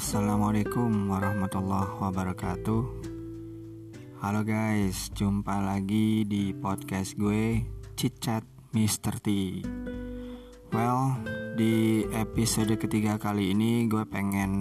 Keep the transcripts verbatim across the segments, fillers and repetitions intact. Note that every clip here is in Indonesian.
Assalamualaikum warahmatullahi wabarakatuh. Halo guys, jumpa lagi di podcast gue Chit Chat mister T. Well, di episode ketiga kali ini gue pengen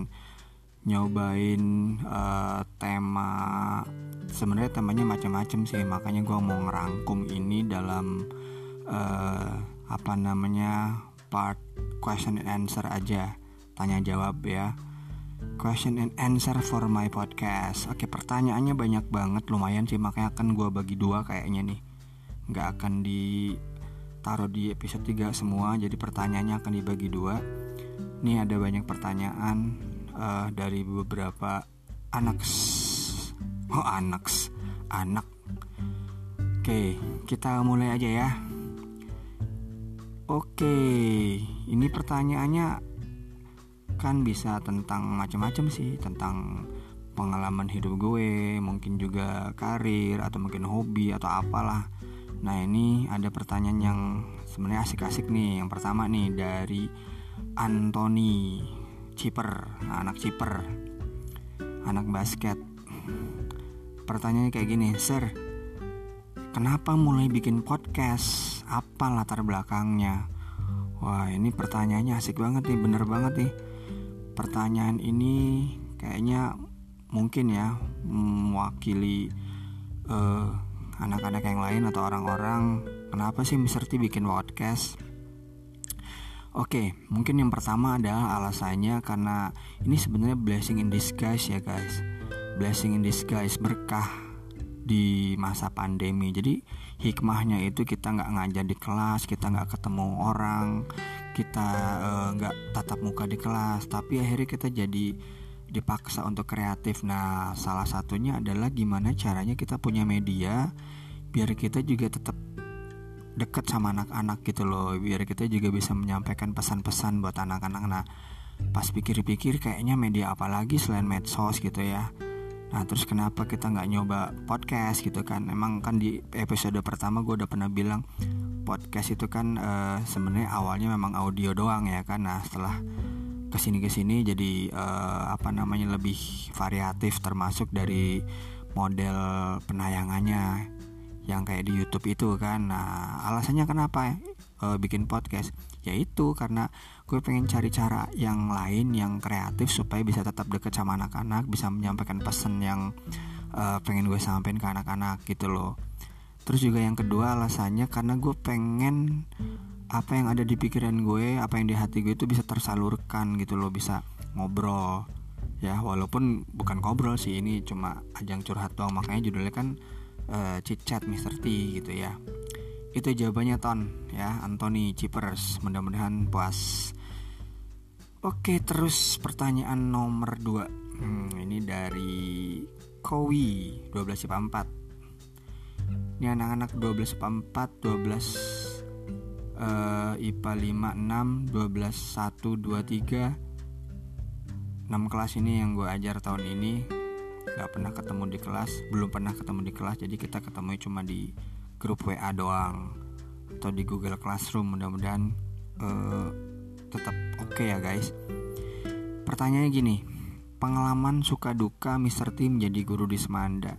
nyobain uh, tema. Sebenarnya temanya macam-macam sih, makanya gue mau ngerangkum ini dalam uh, apa namanya part question and answer aja, tanya jawab ya. Question and answer for my podcast. Oke, pertanyaannya banyak banget, lumayan sih, makanya akan gue bagi dua kayaknya nih. Gak akan ditaruh di episode tiga semua, jadi pertanyaannya akan dibagi dua. Nih ada banyak pertanyaan uh, dari beberapa anak Oh anak Anak Oke, kita mulai aja ya. Oke, ini pertanyaannya kan bisa tentang macam-macam sih, tentang pengalaman hidup gue, mungkin juga karir atau mungkin hobi atau apalah. Nah, ini ada pertanyaan yang sebenarnya asik-asik nih. Yang pertama nih dari Anthony Ciper, anak Ciper, anak basket. Pertanyaannya kayak gini, "Sir, kenapa mulai bikin podcast? Apa latar belakangnya?" Wah, ini pertanyaannya asik banget nih, bener banget nih. Pertanyaan ini kayaknya mungkin ya mewakili uh, anak-anak yang lain atau orang-orang. Kenapa sih mister T bikin podcast? Oke, mungkin yang pertama adalah alasannya karena ini sebenarnya blessing in disguise ya guys. Blessing in disguise, berkah di masa pandemi. Jadi hikmahnya itu kita gak ngajar di kelas, kita gak ketemu orang, kita uh, gak tatap muka di kelas, tapi akhirnya kita jadi dipaksa untuk kreatif. Nah, salah satunya adalah gimana caranya kita punya media biar kita juga tetap deket sama anak-anak gitu loh, biar kita juga bisa menyampaikan pesan-pesan buat anak-anak. Nah, pas pikir-pikir kayaknya media apa lagi selain medsos gitu ya. Nah, terus kenapa kita gak nyoba podcast gitu kan? Emang kan di episode pertama gue udah pernah bilang podcast itu kan uh, sebenarnya awalnya memang audio doang ya kan. Nah, setelah kesini-kesini jadi uh, apa namanya lebih variatif, termasuk dari model penayangannya yang kayak di YouTube itu kan. Nah, alasannya kenapa uh, bikin podcast? Yaitu karena gue pengen cari cara yang lain yang kreatif supaya bisa tetap deket sama anak-anak, bisa menyampaikan pesan yang uh, pengen gue sampaikan ke anak-anak gitu loh. Terus juga yang kedua alasannya karena gue pengen apa yang ada di pikiran gue, apa yang di hati gue itu bisa tersalurkan gitu loh, bisa ngobrol ya, walaupun bukan ngobrol sih, ini cuma ajang curhat doang, makanya judulnya kan uh, Chit Chat mister T gitu ya. Itu jawabannya Ton ya, Anthony Cipers, mudah-mudahan puas. Oke, terus pertanyaan nomor dua. hmm, Ini dari Kowi dua belas I P A empat. Ini anak-anak dua belas I P A empat, dua belas uh, I P A lima, enam, dua belas, satu, dua, tiga, enam kelas ini yang gue ajar tahun ini. Gak pernah ketemu di kelas, belum pernah ketemu di kelas, jadi kita ketemu cuma di grup W A doang atau di Google Classroom. Mudah-mudahan uh, tetap oke okay ya guys. Pertanyaannya gini, pengalaman suka duka mister T menjadi guru di Semanda.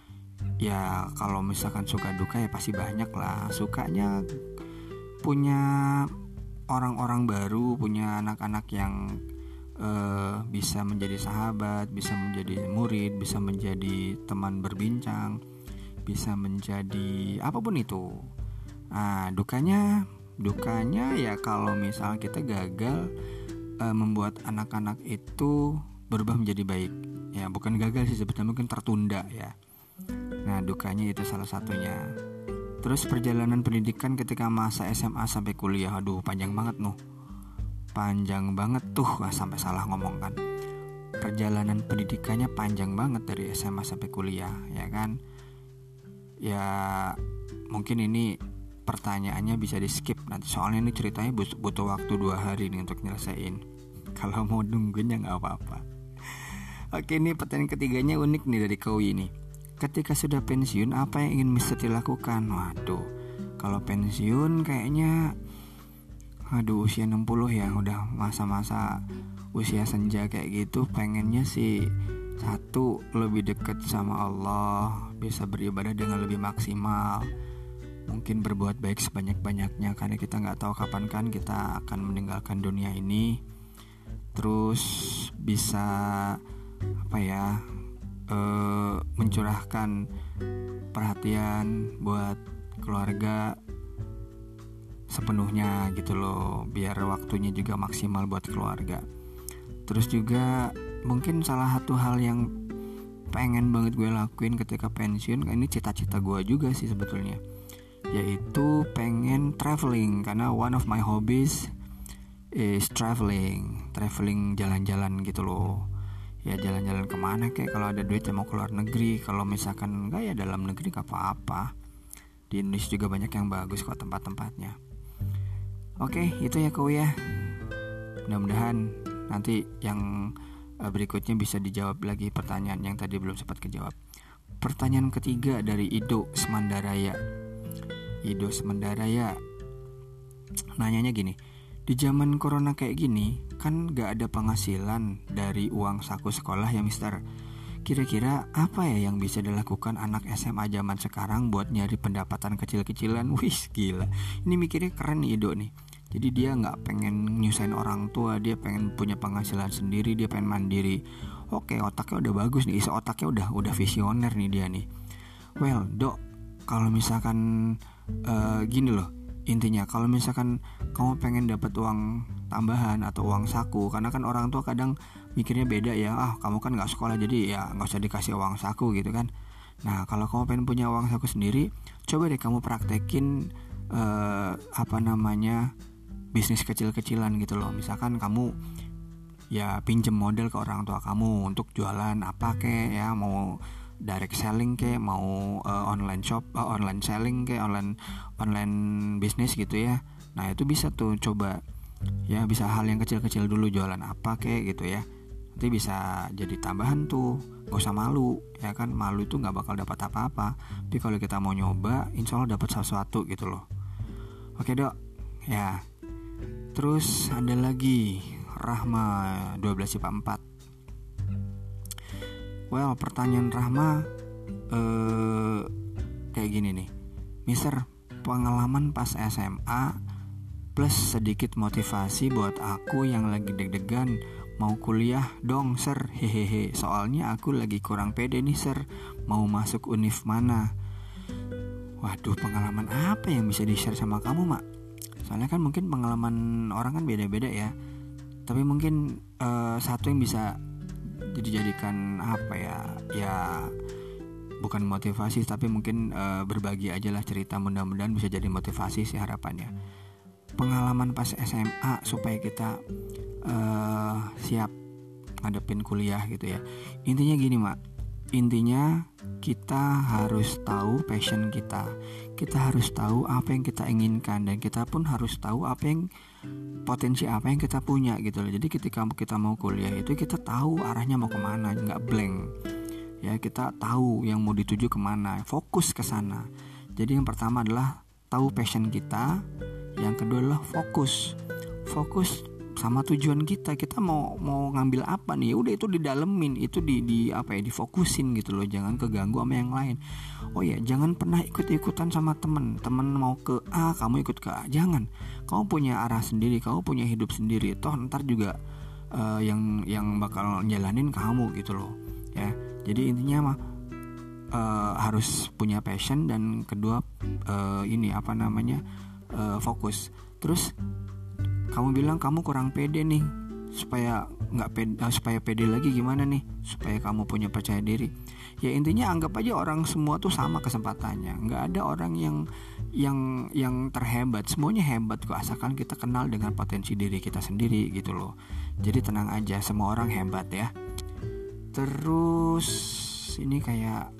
Ya kalau misalkan suka duka ya pasti banyak lah. Sukanya punya orang-orang baru, punya anak-anak yang uh, bisa menjadi sahabat, bisa menjadi murid, bisa menjadi teman berbincang, bisa menjadi apapun itu. Nah, dukanya dukanya ya kalau misal kita gagal e, membuat anak-anak itu berubah menjadi baik. Ya, bukan gagal sih sebetulnya, mungkin tertunda ya. Nah, dukanya itu salah satunya. Terus perjalanan pendidikan ketika masa S M A sampai kuliah, aduh panjang banget noh. Panjang banget tuh, nggak sampai salah ngomong kan. Perjalanan pendidikannya panjang banget dari S M A sampai kuliah, ya kan? Ya mungkin ini pertanyaannya bisa di skip nanti, soalnya ini ceritanya butuh waktu dua hari nih untuk nyelesain. Kalau mau nungguin ya gak apa-apa. Oke, ini pertanyaan ketiganya unik nih dari Kowi nih. Ketika sudah pensiun, apa yang ingin mister T lakukan? Waduh, kalau pensiun kayaknya aduh usia enam puluh ya, udah masa-masa usia senja kayak gitu pengennya sih satu, lebih dekat sama Allah, bisa beribadah dengan lebih maksimal, mungkin berbuat baik sebanyak-banyaknya, karena kita gak tahu kapan kan kita akan meninggalkan dunia ini. Terus bisa apa ya e, mencurahkan perhatian buat keluarga sepenuhnya gitu loh, biar waktunya juga maksimal buat keluarga. Terus juga mungkin salah satu hal yang pengen banget gue lakuin ketika pensiun, ini cita-cita gue juga sih sebetulnya, yaitu pengen traveling, karena one of my hobbies is traveling, traveling jalan-jalan gitu loh. Ya jalan-jalan kemana kek, kalau ada duit ya mau keluar negeri, kalau misalkan enggak ya dalam negeri gak apa-apa. Di Indonesia juga banyak yang bagus kok tempat-tempatnya. Oke, itu ya kau ya. Mudah-mudahan nanti yang berikutnya bisa dijawab lagi pertanyaan yang tadi belum sempat kejawab. Pertanyaan ketiga dari Ido Semandaraya. Ido Semandaraya nanyanya gini, di zaman corona kayak gini kan gak ada penghasilan dari uang saku sekolah ya mister. Kira-kira apa ya yang bisa dilakukan anak S M A zaman sekarang buat nyari pendapatan kecil-kecilan? Wih gila, ini mikirnya keren nih Ido nih. Jadi dia gak pengen nyusahin orang tua, dia pengen punya penghasilan sendiri, dia pengen mandiri. Oke, otaknya udah bagus nih, isi otaknya udah udah visioner nih dia nih. Well Dok, kalau misalkan uh, gini loh, intinya kalau misalkan kamu pengen dapat uang tambahan atau uang saku, karena kan orang tua kadang mikirnya beda ya, ah kamu kan gak sekolah jadi ya gak usah dikasih uang saku gitu kan. Nah kalau kamu pengen punya uang saku sendiri, coba deh kamu praktekin uh, apa namanya bisnis kecil-kecilan gitu loh. Misalkan kamu ya pinjem modal ke orang tua kamu untuk jualan apa kek ya, mau direct selling kek, mau uh, online shop, uh, online selling kek, online online bisnis gitu ya. Nah itu bisa tuh coba ya, bisa hal yang kecil-kecil dulu, jualan apa kek gitu ya. Nanti bisa jadi tambahan tuh, gak usah malu ya kan, malu itu gak bakal dapat apa-apa. Tapi kalau kita mau nyoba, insya Allah dapat sesuatu gitu loh. Oke Dok ya. Terus ada lagi Rahma dua belas I P A empat. Well, pertanyaan Rahma eh, kayak gini nih, mister, pengalaman pas S M A plus sedikit motivasi buat aku yang lagi deg-degan mau kuliah dong sir, hehehe. Soalnya aku lagi kurang pede nih sir, mau masuk univ mana. Waduh, pengalaman apa yang bisa di-share sama kamu mak? Soalnya kan mungkin pengalaman orang kan beda-beda ya. Tapi mungkin uh, satu yang bisa dijadikan apa ya, ya bukan motivasi tapi mungkin uh, berbagi aja lah cerita, mudah-mudahan bisa jadi motivasi sih harapannya. Pengalaman pas S M A supaya kita uh, siap ngadepin kuliah gitu ya. Intinya gini mak, intinya kita harus tahu passion kita, kita harus tahu apa yang kita inginkan, dan kita pun harus tahu apa yang potensi apa yang kita punya gitu loh. Jadi ketika kita mau kuliah itu kita tahu arahnya mau kemana, nggak blank ya, kita tahu yang mau dituju kemana, fokus ke sana. Jadi yang pertama adalah tahu passion kita, yang kedua adalah fokus fokus sama tujuan kita, kita mau mau ngambil apa nih, udah itu didalemin, itu di di apa ya, difokusin gitu loh, jangan keganggu sama yang lain. Oh ya, jangan pernah ikut-ikutan sama temen temen mau ke A kamu ikut ke A, jangan. Kamu punya arah sendiri, kamu punya hidup sendiri, toh ntar juga uh, yang yang bakal jalanin kamu gitu loh ya. Jadi intinya mah uh, harus punya passion, dan kedua uh, ini apa namanya uh, fokus. Terus kamu bilang kamu kurang pede nih, supaya nggak pede, uh, supaya pede lagi gimana nih, supaya kamu punya percaya diri. Ya intinya anggap aja orang semua tuh sama kesempatannya, nggak ada orang yang yang yang terhebat, semuanya hebat kok, asalkan kita kenal dengan potensi diri kita sendiri gitu loh. Jadi tenang aja, semua orang hebat ya. Terus ini kayak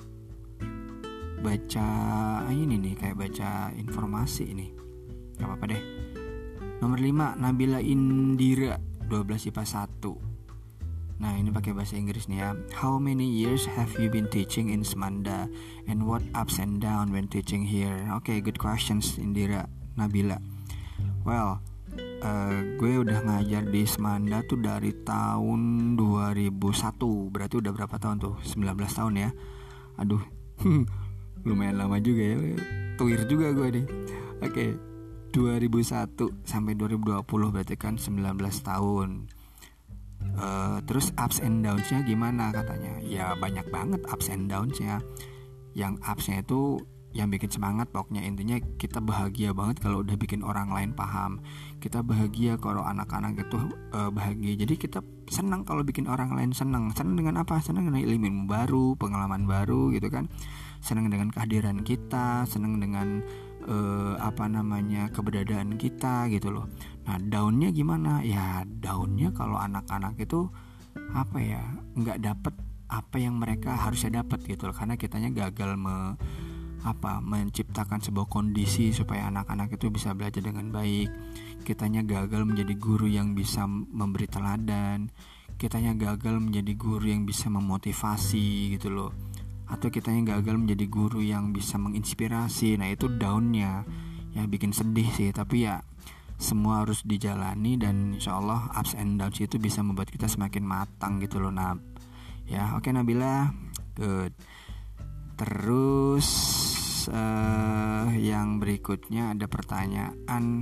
baca ini nih, kayak baca informasi ini, nggak apa-apa deh. Nomor lima, Nabila Indira dua belas I P A satu. Nah ini pakai bahasa Inggris nih ya. How many years have you been teaching in Semanda, and what ups and down when teaching here? Oke, okay, good questions Indira Nabila. Well, uh, gue udah ngajar di Semanda tuh dari tahun dua ribu satu. Berarti udah berapa tahun tuh? sembilan belas tahun ya. Aduh, lumayan lama juga ya. Tuir juga gue nih. Oke, dua ribu satu sampai dua ribu dua puluh berarti kan sembilan belas tahun. uh, Terus ups and downs-nya gimana katanya? Ya banyak banget ups and downs-nya. Yang upsnya itu yang bikin semangat, pokoknya intinya kita bahagia banget kalau udah bikin orang lain paham. Kita bahagia kalau anak-anak itu uh, bahagia. Jadi kita senang kalau bikin orang lain senang. Senang dengan apa? Senang dengan ilmu baru, pengalaman baru gitu kan. Senang dengan kehadiran kita, senang dengan uh, apa namanya keberadaan kita gitu loh. Nah downnya gimana? Ya downnya kalau anak-anak itu apa ya, nggak dapet apa yang mereka harusnya dapat gitu loh. Karena kitanya gagal me apa menciptakan sebuah kondisi supaya anak-anak itu bisa belajar dengan baik. Kitanya gagal menjadi guru yang bisa memberi teladan. Kitanya gagal menjadi guru yang bisa memotivasi gitu loh. Atau kitanya gagal menjadi guru yang bisa menginspirasi. Nah itu downnya yang bikin sedih sih. Tapi ya semua harus dijalani, dan insya Allah ups and downs itu bisa membuat kita semakin matang gitu loh Nab. Ya oke okay, Nabila, good. Terus uh, yang berikutnya ada pertanyaan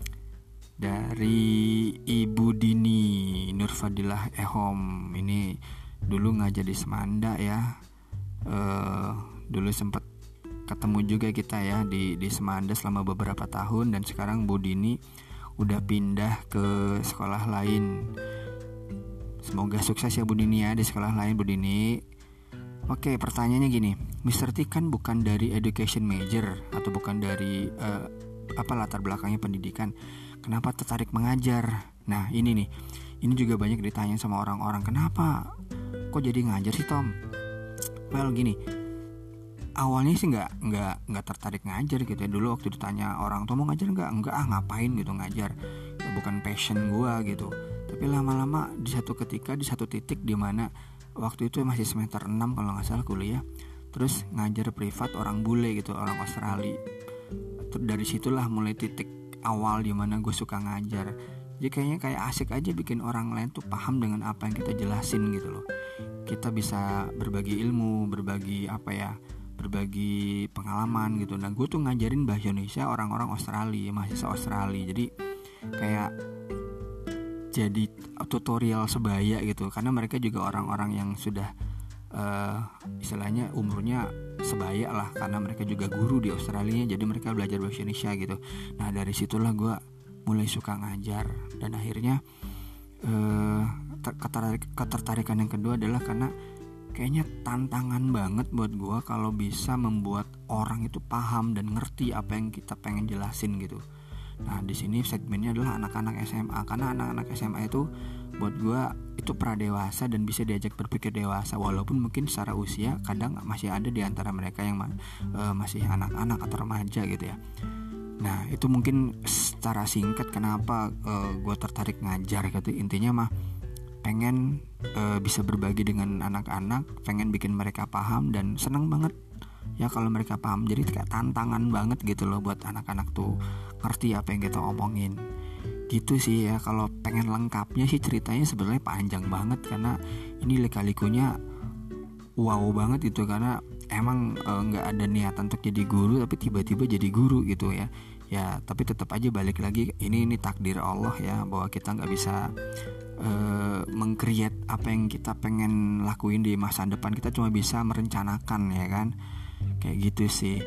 dari Ibu Dini Nurfadilah Ehom. Ini dulu ngajar di Semanda ya. Uh, dulu sempat ketemu juga kita ya di di Semanda selama beberapa tahun, dan sekarang Bu Dini udah pindah ke sekolah lain. Semoga sukses ya Bu Dini ya di sekolah lain Bu Dini. Oke, pertanyaannya gini, mister T kan bukan dari education major atau bukan dari uh, apa latar belakangnya pendidikan. Kenapa tertarik mengajar? Nah ini nih, ini juga banyak ditanya sama orang-orang. Kenapa? Kok jadi ngajar sih Tom? Well gini, awalnya sih nggak nggak nggak tertarik ngajar gitu ya. Dulu waktu ditanya orang, Tom mau ngajar nggak? Nggak ah ngapain gitu ngajar? Ya, bukan passion gua gitu. Tapi lama-lama di satu ketika di satu titik di mana waktu itu masih semester enam kalau nggak salah kuliah, terus ngajar privat orang bule gitu, orang Australia. Terus dari situlah mulai titik awal di mana gue suka ngajar. Jadi kayaknya kayak asik aja bikin orang lain tuh paham dengan apa yang kita jelasin gitu loh. Kita bisa berbagi ilmu, berbagi apa ya, berbagi pengalaman gitu. Nah gue tuh ngajarin bahasa Indonesia orang-orang Australia, mahasiswa Australia. Jadi kayak jadi tutorial sebaya gitu, karena mereka juga orang-orang yang sudah uh, istilahnya umurnya sebaya lah, karena mereka juga guru di Australia, jadi mereka belajar bahasa Indonesia gitu. Nah dari situlah gue mulai suka ngajar, dan akhirnya uh, ketertarik, ketertarikan yang kedua adalah karena kayaknya tantangan banget buat gue kalau bisa membuat orang itu paham dan ngerti apa yang kita pengen jelasin gitu. Nah di sini segmennya adalah anak-anak S M A, karena anak-anak S M A itu buat gue itu pradewasa dan bisa diajak berpikir dewasa, walaupun mungkin secara usia kadang masih ada di antara mereka yang uh, masih anak-anak atau remaja gitu ya. Nah itu mungkin secara singkat kenapa uh, gue tertarik ngajar gitu. Intinya mah pengen uh, bisa berbagi dengan anak-anak, pengen bikin mereka paham, dan seneng banget ya kalau mereka paham. Jadi kayak tantangan banget gitu loh buat anak-anak tuh ngerti apa yang kita omongin gitu sih ya. Kalau pengen lengkapnya sih ceritanya sebenarnya panjang banget, karena ini lika-likunya wow banget gitu. Karena emang nggak e, ada niatan untuk jadi guru, tapi tiba-tiba jadi guru gitu ya. Ya tapi tetap aja balik lagi, ini ini takdir Allah ya, bahwa kita nggak bisa e, meng-create apa yang kita pengen lakuin di masa depan. Kita cuma bisa merencanakan ya kan, kayak gitu sih.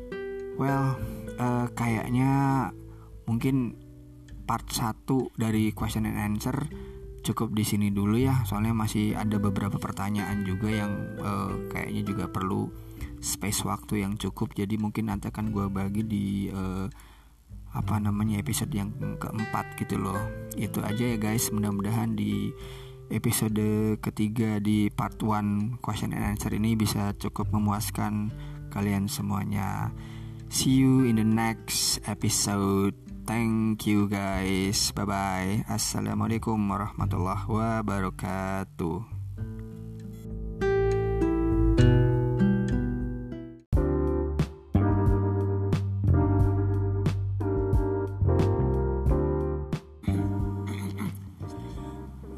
Well uh, kayaknya mungkin part satu dari question and answer cukup di sini dulu ya, soalnya masih ada beberapa pertanyaan juga yang uh, kayaknya juga perlu space waktu yang cukup. Jadi mungkin nanti akan gue bagi di uh, apa namanya episode yang keempat gitu loh. Itu aja ya guys, mudah-mudahan di episode ketiga di part one question and answer ini bisa cukup memuaskan kalian semuanya. See you in the next episode. Thank you guys. Bye bye. Assalamualaikum warahmatullahi wabarakatuh.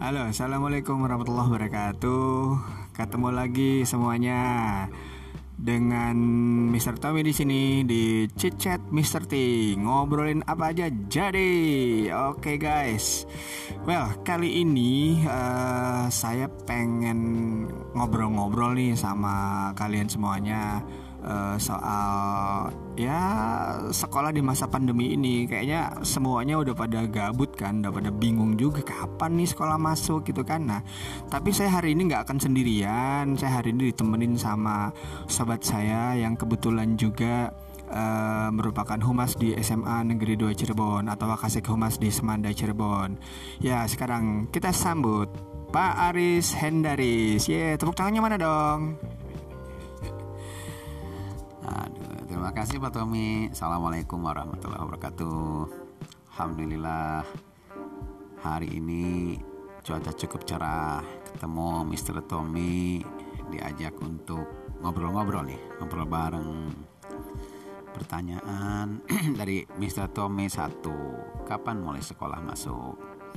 Halo, assalamualaikum warahmatullahi wabarakatuh. Ketemu lagi semuanya dengan mister Tommy di sini di Chit Chat mister T. Ngobrolin apa aja jadi. Oke guys. Well, kali ini uh, saya pengen ngobrol-ngobrol nih sama kalian semuanya uh, soal ya sekolah di masa pandemi ini. Kayaknya semuanya udah pada gabut kan, udah pada bingung juga kapan nih sekolah masuk gitu kan. Nah, tapi saya hari ini nggak akan sendirian. Saya hari ini ditemenin sama sobat saya yang kebetulan juga uh, merupakan humas di S M A Negeri dua Cirebon atau Wakasek Humas di Semanda Cirebon. Ya, sekarang kita sambut Pak Aris Hendaris. Ye, yeah, tepuk tangannya mana dong? Aduh, terima kasih Pak Tommy. Assalamualaikum warahmatullahi wabarakatuh. Alhamdulillah hari ini cuaca cukup cerah. Ketemu mister Tommy, diajak untuk ngobrol-ngobrol nih, ngobrol bareng. Pertanyaan dari mister Tommy satu, kapan mulai sekolah masuk?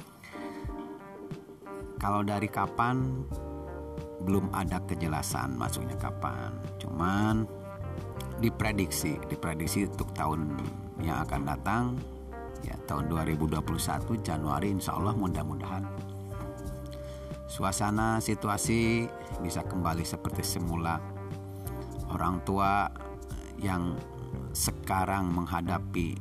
Kalau dari kapan belum ada kejelasan masuknya kapan. Cuman diprediksi diprediksi untuk tahun yang akan datang, ya tahun dua ribu dua puluh satu Januari, insya Allah mudah-mudahan suasana situasi bisa kembali seperti semula. Orang tua yang sekarang menghadapi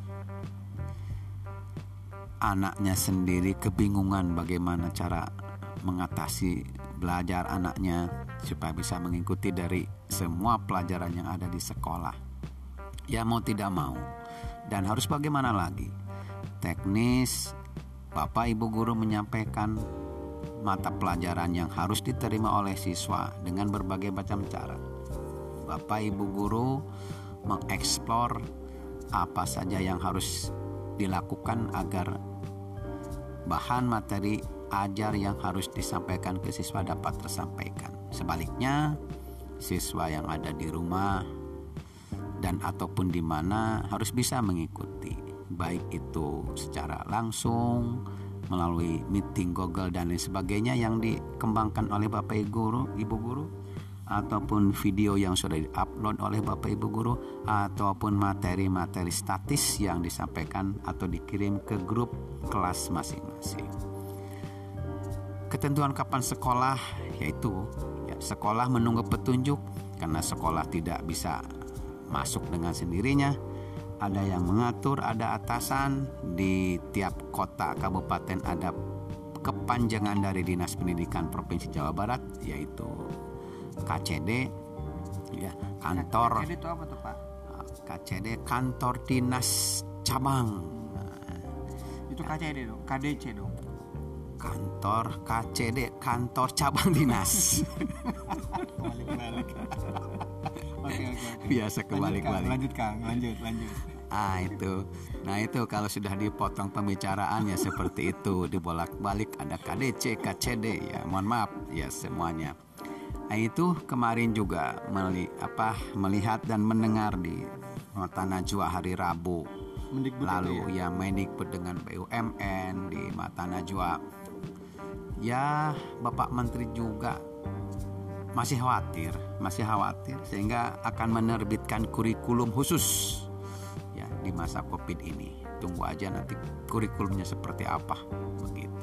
anaknya sendiri kebingungan bagaimana cara mengatasi belajar anaknya supaya bisa mengikuti dari semua pelajaran yang ada di sekolah. Ya mau tidak mau, dan harus bagaimana lagi? Teknis, Bapak Ibu guru menyampaikan mata pelajaran yang harus diterima oleh siswa dengan berbagai macam cara. Bapak Ibu guru mengeksplor apa saja yang harus dilakukan agar bahan materi ajar yang harus disampaikan ke siswa dapat tersampaikan. Sebaliknya, siswa yang ada di rumah dan ataupun di mana harus bisa mengikuti, baik itu secara langsung melalui meeting Google dan lain sebagainya yang dikembangkan oleh Bapak Ibu guru, Ibu guru, ataupun video yang sudah di-upload oleh Bapak Ibu guru, ataupun materi-materi statis yang disampaikan atau dikirim ke grup kelas masing-masing. Ketentuan kapan sekolah, yaitu ya, sekolah menunggu petunjuk karena sekolah tidak bisa masuk dengan sendirinya. Ada yang mengatur, ada atasan. Di tiap kota kabupaten ada kepanjangan dari Dinas Pendidikan Provinsi Jawa Barat, yaitu K C D, ya, kantor. K C D itu apa tuh Pak? K C D kantor dinas cabang. Nah, itu K C D dong, K D C dong. Kantor K C D, kantor cabang dinas. Kebalik-balik. Oke, oke, oke. Biasa kebalik-balik. Lanjut Kang, lanjut, lanjut. Ah itu, nah itu kalau sudah dipotong pembicaraan ya seperti itu, dibolak-balik ada K D C, K C D, ya mohon maaf ya semuanya. Nah itu kemarin juga meli, apa, melihat dan mendengar di Mata Najwa hari Rabu Mendikbud lalu ya, ya Mendikbud dengan B U M N di Mata Najwa. Ya Bapak Menteri juga masih khawatir, masih khawatir sehingga akan menerbitkan kurikulum khusus ya di masa Covid ini. Tunggu aja nanti kurikulumnya seperti apa begitu.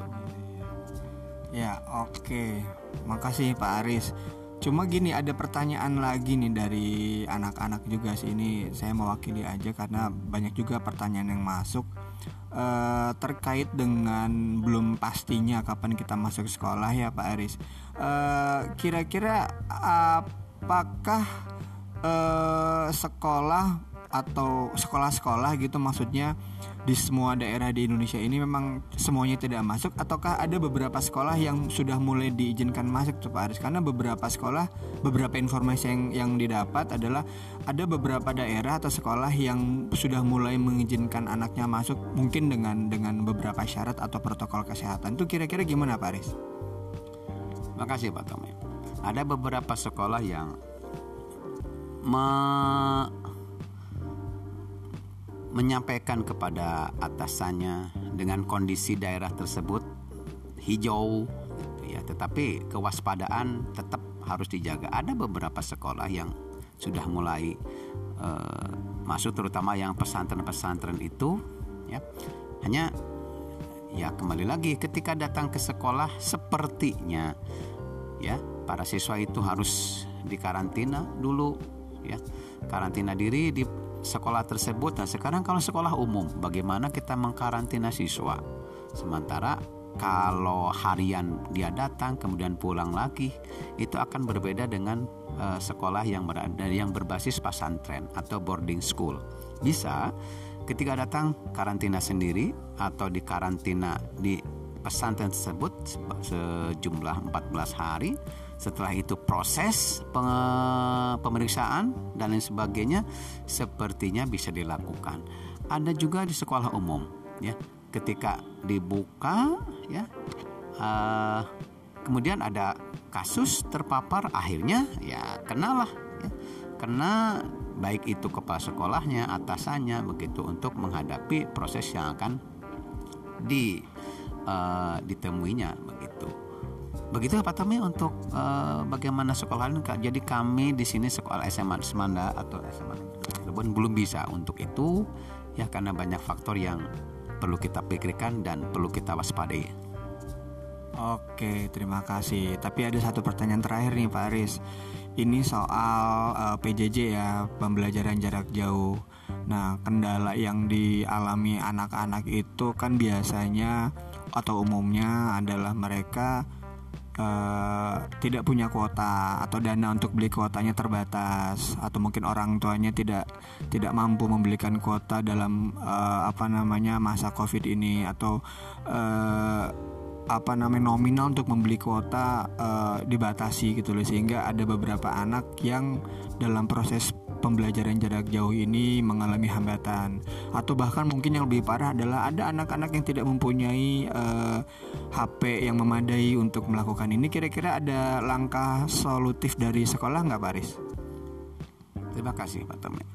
Ya oke, okay. Makasih Pak Aris. Cuma gini, ada pertanyaan lagi nih dari anak-anak juga sih. Ini saya mewakili aja karena banyak juga pertanyaan yang masuk uh, terkait dengan belum pastinya kapan kita masuk sekolah ya Pak Aris. Uh, kira-kira apakah uh, sekolah atau sekolah-sekolah gitu maksudnya di semua daerah di Indonesia ini memang semuanya tidak masuk, ataukah ada beberapa sekolah yang sudah mulai diizinkan masuk tuh Pak Aris? Karena beberapa sekolah, beberapa informasi yang yang didapat adalah ada beberapa daerah atau sekolah yang sudah mulai mengizinkan anaknya masuk mungkin dengan dengan beberapa syarat atau protokol kesehatan. Itu kira-kira gimana Pak Aris? Makasih Pak Tommy. Ada beberapa sekolah yang me- menyampaikan kepada atasannya dengan kondisi daerah tersebut hijau, tetapi kewaspadaan tetap harus dijaga. Ada beberapa sekolah yang sudah mulai uh, masuk, terutama yang pesantren-pesantren itu, ya. Hanya ya kembali lagi ketika datang ke sekolah sepertinya ya para siswa itu harus dikarantina dulu, ya, karantina diri di sekolah tersebut. Nah sekarang kalau sekolah umum, bagaimana kita mengkarantina siswa? Sementara kalau harian dia datang kemudian pulang lagi, itu akan berbeda dengan uh, sekolah yang berada yang berbasis pesantren atau boarding school. Bisa ketika datang karantina sendiri atau dikarantina di pesantren tersebut sejumlah empat belas hari. Setelah itu proses pemeriksaan dan lain sebagainya sepertinya bisa dilakukan. Ada juga di sekolah umum, ya, ketika dibuka, ya, uh, kemudian ada kasus terpapar, akhirnya ya kenalah, ya, kena baik itu kepala sekolahnya, atasannya, begitu, untuk menghadapi proses yang akan di uh, ditemuinya, begitu. Begitu Pak Tommy untuk uh, bagaimana sekolah ini. Jadi kami di sini sekolah S M A Semanda atau S M A Cirebon belum bisa untuk itu, ya, karena banyak faktor yang perlu kita pikirkan dan perlu kita waspadai. Oke, terima kasih. Tapi ada satu pertanyaan terakhir nih Pak Aris. Ini soal uh, P J J ya, pembelajaran jarak jauh. Nah, kendala yang dialami anak-anak itu kan biasanya atau umumnya adalah mereka Uh, tidak punya kuota atau dana untuk beli kuotanya terbatas, atau mungkin orang tuanya tidak tidak mampu membelikan kuota dalam uh, apa namanya masa Covid ini, atau uh, apa namanya nominal untuk membeli kuota uh, dibatasi gitu loh, sehingga ada beberapa anak yang dalam proses pembelajaran jarak jauh ini mengalami hambatan, atau bahkan mungkin yang lebih parah adalah ada anak-anak yang tidak mempunyai uh, H P yang memadai untuk melakukan ini. Kira-kira ada langkah solutif dari sekolah nggak Pak Aris? Terima kasih Pak Tommy.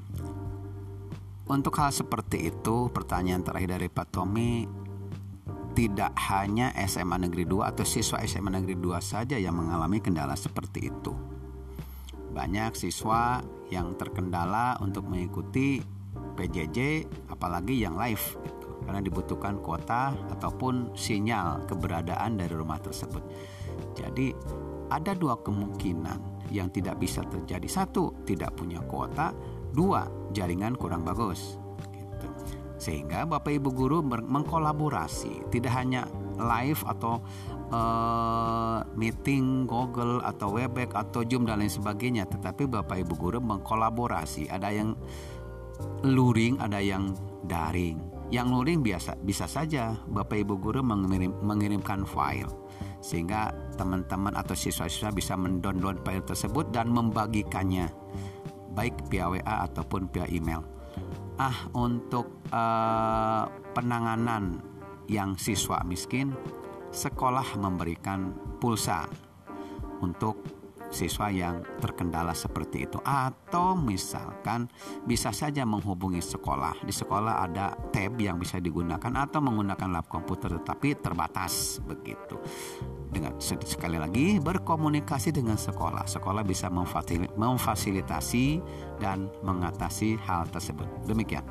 Untuk hal seperti itu, pertanyaan terakhir dari Pak Tommy, tidak hanya S M A Negeri dua atau siswa S M A Negeri dua saja yang mengalami kendala seperti itu. Banyak siswa yang terkendala untuk mengikuti P J J, apalagi yang live gitu, karena dibutuhkan kuota ataupun sinyal keberadaan dari rumah tersebut. Jadi ada dua kemungkinan yang tidak bisa terjadi. Satu, tidak punya kuota. Dua, jaringan kurang bagus gitu. Sehingga Bapak Ibu guru mengkolaborasi, tidak hanya live atau uh, meeting Google atau Webex atau Zoom dan lain sebagainya, tetapi Bapak Ibu guru mengkolaborasi. Ada yang luring, ada yang daring. Yang luring biasa bisa saja Bapak Ibu guru mengirim, mengirimkan file, sehingga teman-teman atau siswa-siswa bisa mendownload file tersebut dan membagikannya baik via W A ataupun via email. Ah, untuk uh, penanganan yang siswa miskin, sekolah memberikan pulsa untuk siswa yang terkendala seperti itu. Atau misalkan bisa saja menghubungi sekolah. Di sekolah ada tab yang bisa digunakan atau menggunakan lab komputer, tetapi terbatas begitu. Dengan sekali lagi berkomunikasi dengan sekolah. Sekolah bisa memfasilitasi dan mengatasi hal tersebut. Demikian.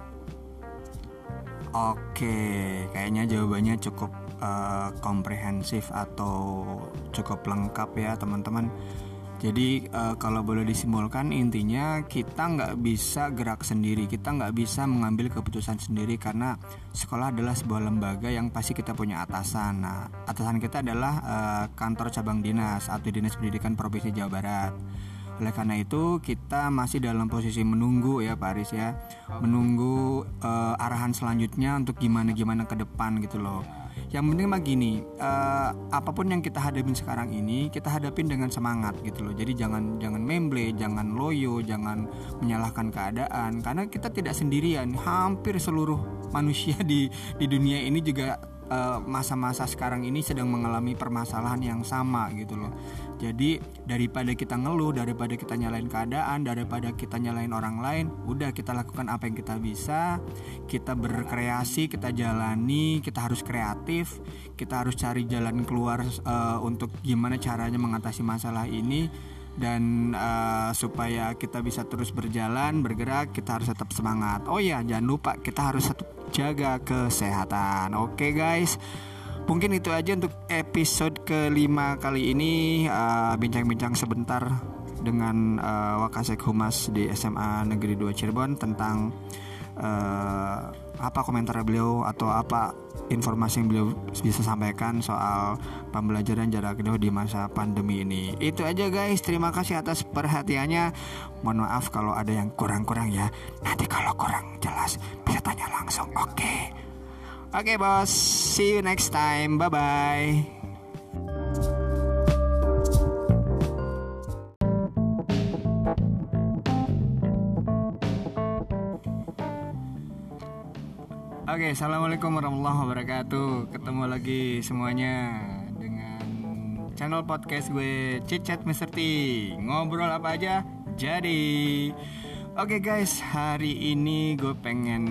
Oke, kayaknya jawabannya cukup uh, komprehensif atau cukup lengkap ya teman-teman. Jadi uh, kalau boleh disimpulkan, intinya kita nggak bisa gerak sendiri, kita nggak bisa mengambil keputusan sendiri, karena sekolah adalah sebuah lembaga yang pasti kita punya atasan. Nah, atasan kita adalah uh, kantor cabang dinas atau Dinas Pendidikan Provinsi Jawa Barat. Oleh karena itu kita masih dalam posisi menunggu ya Pak Aris ya, menunggu uh, arahan selanjutnya untuk gimana-gimana ke depan gitu loh. Yang penting mah gini, uh, apapun yang kita hadapin sekarang ini kita hadapin dengan semangat gitu loh. Jadi jangan jangan memble, jangan loyo, jangan menyalahkan keadaan, karena kita tidak sendirian. Hampir seluruh manusia di di dunia ini juga uh, masa-masa sekarang ini sedang mengalami permasalahan yang sama gitu loh. Jadi daripada kita ngeluh, daripada kita nyalain keadaan, daripada kita nyalain orang lain, udah kita lakukan apa yang kita bisa. Kita berkreasi, kita jalani, kita harus kreatif, kita harus cari jalan keluar uh, untuk gimana caranya mengatasi masalah ini. Dan uh, supaya kita bisa terus berjalan, bergerak, kita harus tetap semangat. Oh ya, jangan lupa kita harus tetap jaga kesehatan. Oke guys, mungkin itu aja untuk episode kelima kali ini, uh, bincang-bincang sebentar dengan uh, Wakasek Humas di S M A Negeri dua Cirebon tentang uh, apa komentar beliau atau apa informasi yang beliau bisa sampaikan soal pembelajaran jarak jauh di masa pandemi ini. Itu aja guys, terima kasih atas perhatiannya. Mohon maaf kalau ada yang kurang-kurang ya. Nanti kalau kurang jelas bisa tanya langsung. Oke okay. Oke okay, bos, see you next time, bye bye. Oke, okay, assalamualaikum warahmatullahi wabarakatuh. Ketemu lagi semuanya dengan channel podcast gue Chit-Chat Mister T. Ngobrol apa aja jadi. Oke okay guys, hari ini gue pengen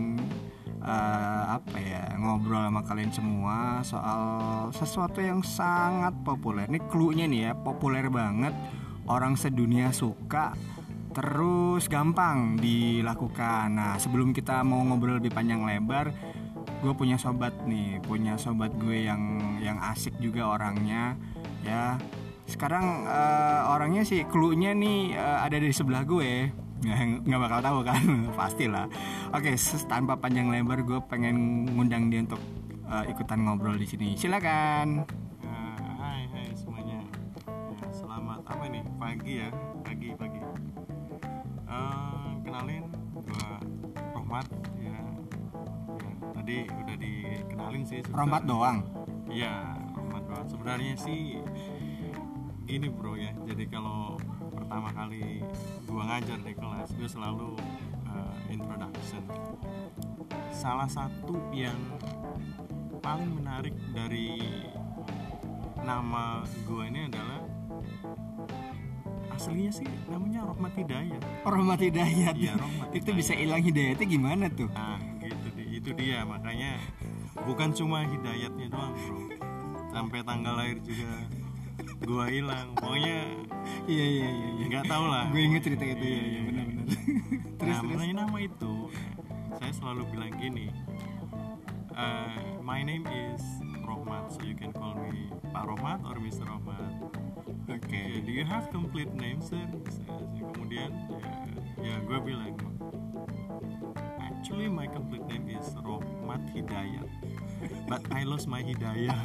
uh, apa ya ngobrol sama kalian semua soal sesuatu yang sangat populer. Ini clue-nya nih ya, populer banget, orang sedunia suka, terus gampang dilakukan. Nah, sebelum kita mau ngobrol lebih panjang lebar, gue punya sobat nih, punya sobat gue yang yang asik juga orangnya, ya. Sekarang uh, orangnya sih, clue-nya nih uh, ada di sebelah gue, nggak bakal tahu kan, pastilah. Oke, tanpa panjang lebar, gue pengen ngundang dia untuk uh, ikutan ngobrol di sini. Silakan. Uh, hai, hai semuanya. Ya, selamat apa nih? Pagi ya, pagi pagi. Uh, kenalin, gue Rohmat ya. ya. Tadi udah dikenalin sih. Rohmat doang? Iya, Rohmat doang. Sebenarnya sih gini bro ya. Jadi kalau pertama kali gue ngajar di kelas, gue selalu uh, introduction. Salah satu yang paling menarik dari nama gue ini adalah aslinya sih namanya Rohmat Hidayat. Oh, Rohmat Hidayat. Iya, Rohmat Itu Hidayat. bisa hilang hidayatnya gimana tuh? Nah, gitu itu dia, makanya bukan cuma hidayatnya doang, bro. Sampai tanggal lahir juga gua hilang. Pokoknya iya iya iya, iya. Enggak tahu lah. Gue inget cerita itu ya, iya benar-benar. Terus nah, terus. makanya nama itu saya selalu bilang gini. Uh, my name is Rohmat, so you can call me Pak Rohmat or Mister Rohmat. Oke. Okay. Do you have complete name, sir? Kemudian ya, ya gue bilang, actually my complete name is Rohmat Hidayat, but I lost my hidayah.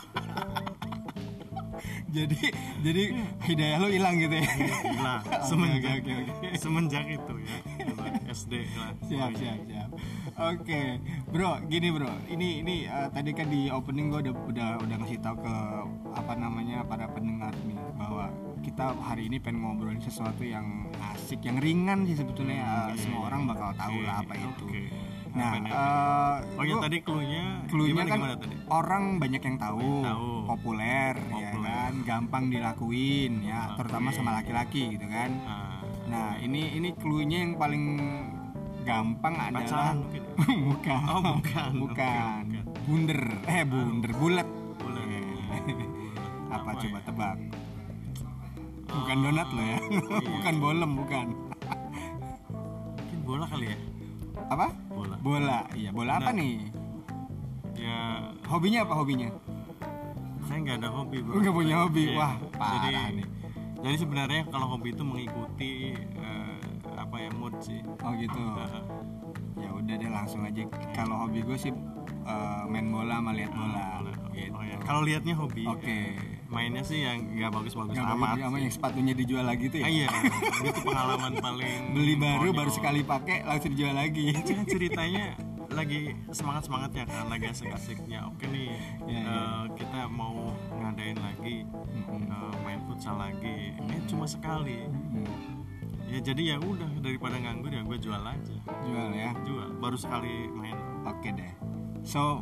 jadi jadi hidayah lo hilang gitu ya? Hilang. Semenjak okay, okay, okay. semenjak itu ya, S D lah. Siap siap siap. Oke, okay. Bro, gini bro, ini ini uh, tadi kan di opening gue udah udah udah ngasih tahu ke apa namanya para pendengar nih bahwa kita hari ini pengen ngobrolin sesuatu yang asik, yang ringan sih sebetulnya. Uh, okay. Semua orang bakal tahu lah apa itu. Okay. Nah, uh, oh ya tadi clue-nya, clue-nya kan tadi? Orang banyak yang tahu, tahu. Populer, populer, ya kan, gampang dilakuin ya, okay. Terutama sama laki-laki gitu kan. Uh. Nah, ini ini clue-nya yang paling gampang adalah mungkin. bukan. Oh, bukan. bukan. Okay, bunder, eh bunder, bulat. Bulat. Apa, apa coba ya? Tebak. Bukan oh, donat lo ya. Iya. Bukan bolem, bukan. Mungkin bola kali ya? Apa? Bola. Bola. Iya, bola apa nah, nih? Ya, hobinya apa hobinya? Saya nggak ada hobi, bro. Nggak punya hobi. Ya. Wah, parah jadi, nih. Jadi sebenarnya kalau hobi itu mengikuti uh, apa ya, mood sih. Oh gitu. Uh, ya udah deh, langsung aja. Kalau hobi gue sih uh, main bola sama lihat bola. bola. Gitu. Oh ya. Kalau lihatnya hobi. Oke. Okay. Mainnya sih yang nggak bagus-bagus gak amat. Sama yang sepatunya dijual lagi tuh ya. Ah, iya. Itu pengalaman paling. Beli baru konyol. Baru sekali pakai langsung dijual lagi. Itu ceritanya lagi semangat-semangatnya kan, lagi asik-asiknya. Oke nih, ya, uh, ya. kita mau ngadain lagi mm-hmm. uh, main futsal lagi. Mm-hmm. Eh cuma sekali. Mm-hmm. Ya jadi ya udah, daripada nganggur ya gue jual aja. Jual ya. Jual. Baru sekali main. Oke deh. So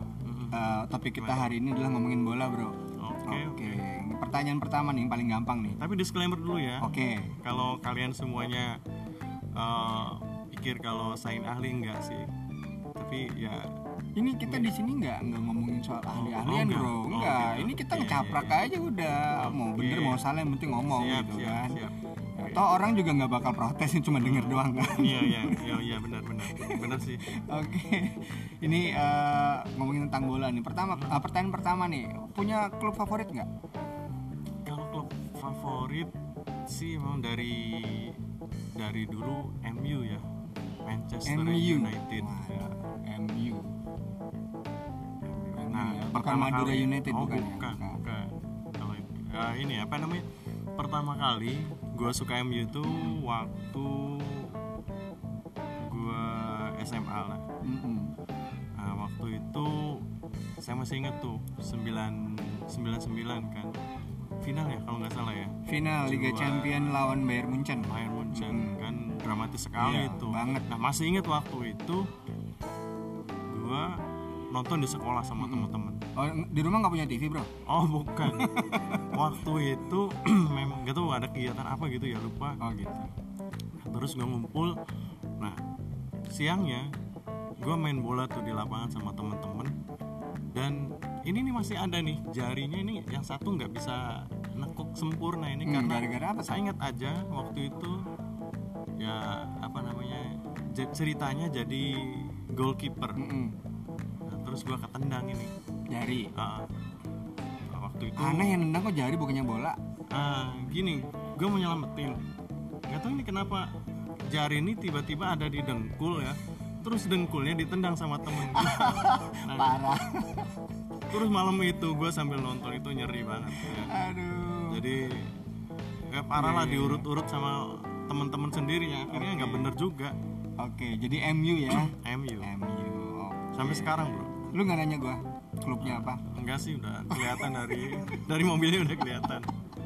uh, topik kita hari ini adalah ngomongin bola, bro. Oke. Oke. Pertanyaan pertama nih yang paling gampang nih. Tapi disclaimer dulu ya. Oke. Kalau kalian semuanya uh, pikir kalau saya ini ahli, enggak sih. Tapi ya ini kita di sini nggak nggak ngomongin soal ahli-ahlian, oh, enggak. bro. Oh, Enggak. gitu. Ini kita Oke, ngecaprak iya, iya. aja udah. Mau Oke. bener mau salah yang penting ngomong siap, gitu siap, kan. siap. Ya, toh orang juga nggak bakal protes, cuma denger doang kan. Iya, iya, iya, iya, benar, benar. Benar sih. Oke. Ini uh, ngomongin tentang bola nih. Pertama, uh, pertanyaan pertama nih. Punya klub favorit nggak? Kalau klub favorit sih emang dari dari dulu M U ya. Manchester M U. United. Wah, Ya. M U. Nah, bukan pertama Madura kali, United, oh, bukan ya? bukan, Bukan. bukan. Kalau uh, ini apa namanya? Pertama kali gue suka M U itu waktu gue S M A lah. Mm-mm. Nah, waktu itu saya masih inget tuh sembilan sembilan sembilan kan final ya kalau nggak salah ya. Final Liga Juara. Champions lawan Bayern Munchen. Bayern Munchen Hmm. kan dramatis sekali Iya, itu. banget. Nah masih inget waktu itu gue nonton di sekolah sama teman-teman. Oh, di rumah nggak punya T V, bro? Oh bukan. Waktu itu memang gak tahu ada kegiatan apa gitu ya, lupa. Oh gitu. Terus gue ngumpul. Nah siangnya gue main bola tuh di lapangan sama teman-teman. Dan ini nih masih ada nih jarinya ini yang satu nggak bisa nekuk sempurna ini Hmm, karena gara-gara apa, saya ingat aja waktu itu ya apa namanya j- ceritanya jadi goalkeeper. Mm-mm. Nah, terus gue ketendang ini. Jari. Ah, nah, waktu itu Aneh yang nendang kok jari bukannya bola. ah, gini gue mau nyelamatin. Gak tau ini kenapa jari ini tiba-tiba ada di dengkul ya. Terus dengkulnya ditendang sama temen gue. Nah, Parah. terus malam itu gue sambil nonton itu nyeri banget ya. Aduh. Jadi ya parah lah Iya, iya, iya. diurut-urut sama teman-teman sendiri ya. Akhirnya nggak Oke. bener juga. Oke, jadi M U ya. M U M U. Oke. sampai sekarang bro. Lu nggak nanya gua klubnya apa? Enggak sih, udah kelihatan dari dari mobilnya udah kelihatan.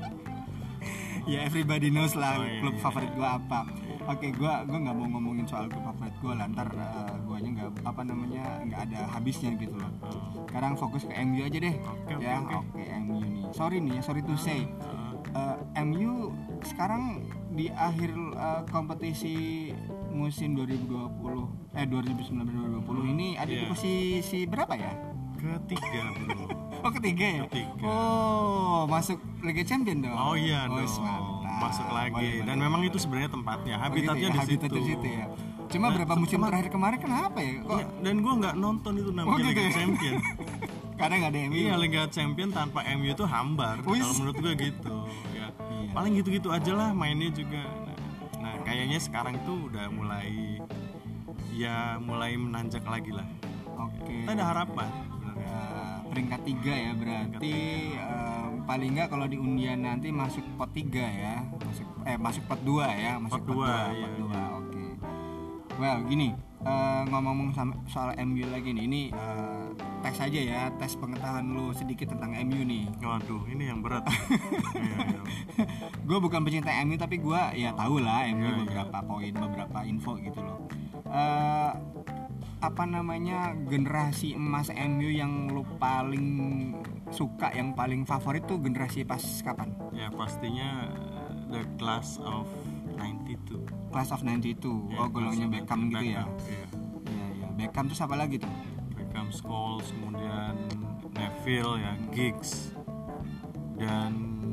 Ya everybody knows lah Oh, iya, klub iya, favorit gua apa. Oke, gua gua nggak mau ngomongin soal klub favorit gua lah, ntar uh, guanya nggak apa namanya nggak ada habisnya gitu loh. Sekarang fokus ke M U aja deh. Oke, oke, ya, oke. oke M U nih. Sorry nih, ya, sorry to say. Uh, M U sekarang di akhir uh, kompetisi musim dua ribu dua puluh eh dua ribu sembilan belas dua ribu dua puluh ini ada di Iya. posisi berapa ya? Ketiga bro. Oh ketiga ya? Ketiga. Oh masuk Liga Champions dong? Oh iya Oh, dong, mantap. masuk lagi. Boleh, Dan boleh, memang boleh. itu sebenarnya tempatnya, Oh, habitatnya gitu ya, di habitat situ. di situ ya. Cuma Nah, berapa musim kemar- terakhir kemarin kenapa ya? Kok Iya, dan gue nggak nonton itu namanya Oh, gitu Liga ya? Champion. karena nggak ada M U? Iya, Liga Champion tanpa M U itu hambar. Wis. Kalau menurut gue gitu. Ya. Iya. Paling gitu-gitu aja lah mainnya juga. Nah, nah, kayaknya sekarang tuh udah mulai ya mulai menanjak lagi lah. Oke. Kita ada harapan sebenarnya. Eh, peringkat tiga ya berarti em, paling nggak kalau di undian nanti masuk pot tiga ya, masuk eh masuk pot dua ya, masuk Pot dua, iya, pot dua. iya. Oke. Well gini, eh, ngomong-ngomong sama- soal M U lagi nih, ini eh, tes aja ya, tes pengetahuan lu sedikit tentang M U nih. Waduh, ini yang berat. Iya, iya. Gue bukan pecinta M U tapi gue ya tahu lah M U Iya, iya. beberapa poin, beberapa info gitu loh. Eh, apa namanya generasi emas M U yang lu paling suka, yang paling favorit tuh generasi pas kapan? Ya pastinya uh, the class of ninety-two. Class of ninety-two. Ya, Oh golongnya class of Beckham gitu ya. Beckham, Iya. Iya iya. Beckham tuh siapa lagi tuh? Beckham, Scholes, kemudian Neville ya, Giggs dan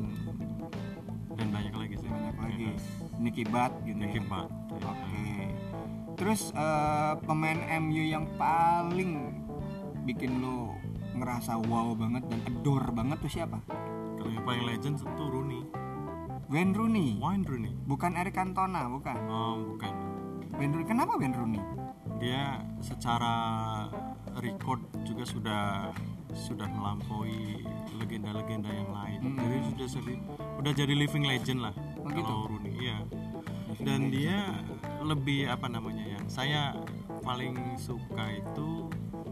dan banyak lagi sih. Banyak lagi. Ya, Nicky Butt gitu. Nicky ya. Butt. Ya. Oke. Terus eh, pemain M U yang paling bikin lu ngerasa wow banget dan adore banget tuh siapa? Kalau yang paling legend itu Rooney. Wayne Rooney. Wayne Rooney. Bukan Eric Cantona, bukan. Oh, bukan. Wayne Rooney. Kenapa Wayne Rooney? Dia secara record juga sudah sudah melampaui legenda-legenda yang lain. Hmm. Jadi sudah seri- udah jadi living legend lah. Oh, gitu? Kalau Rooney, iya. Living Dan legend. dia lebih apa namanya ya? Saya paling suka itu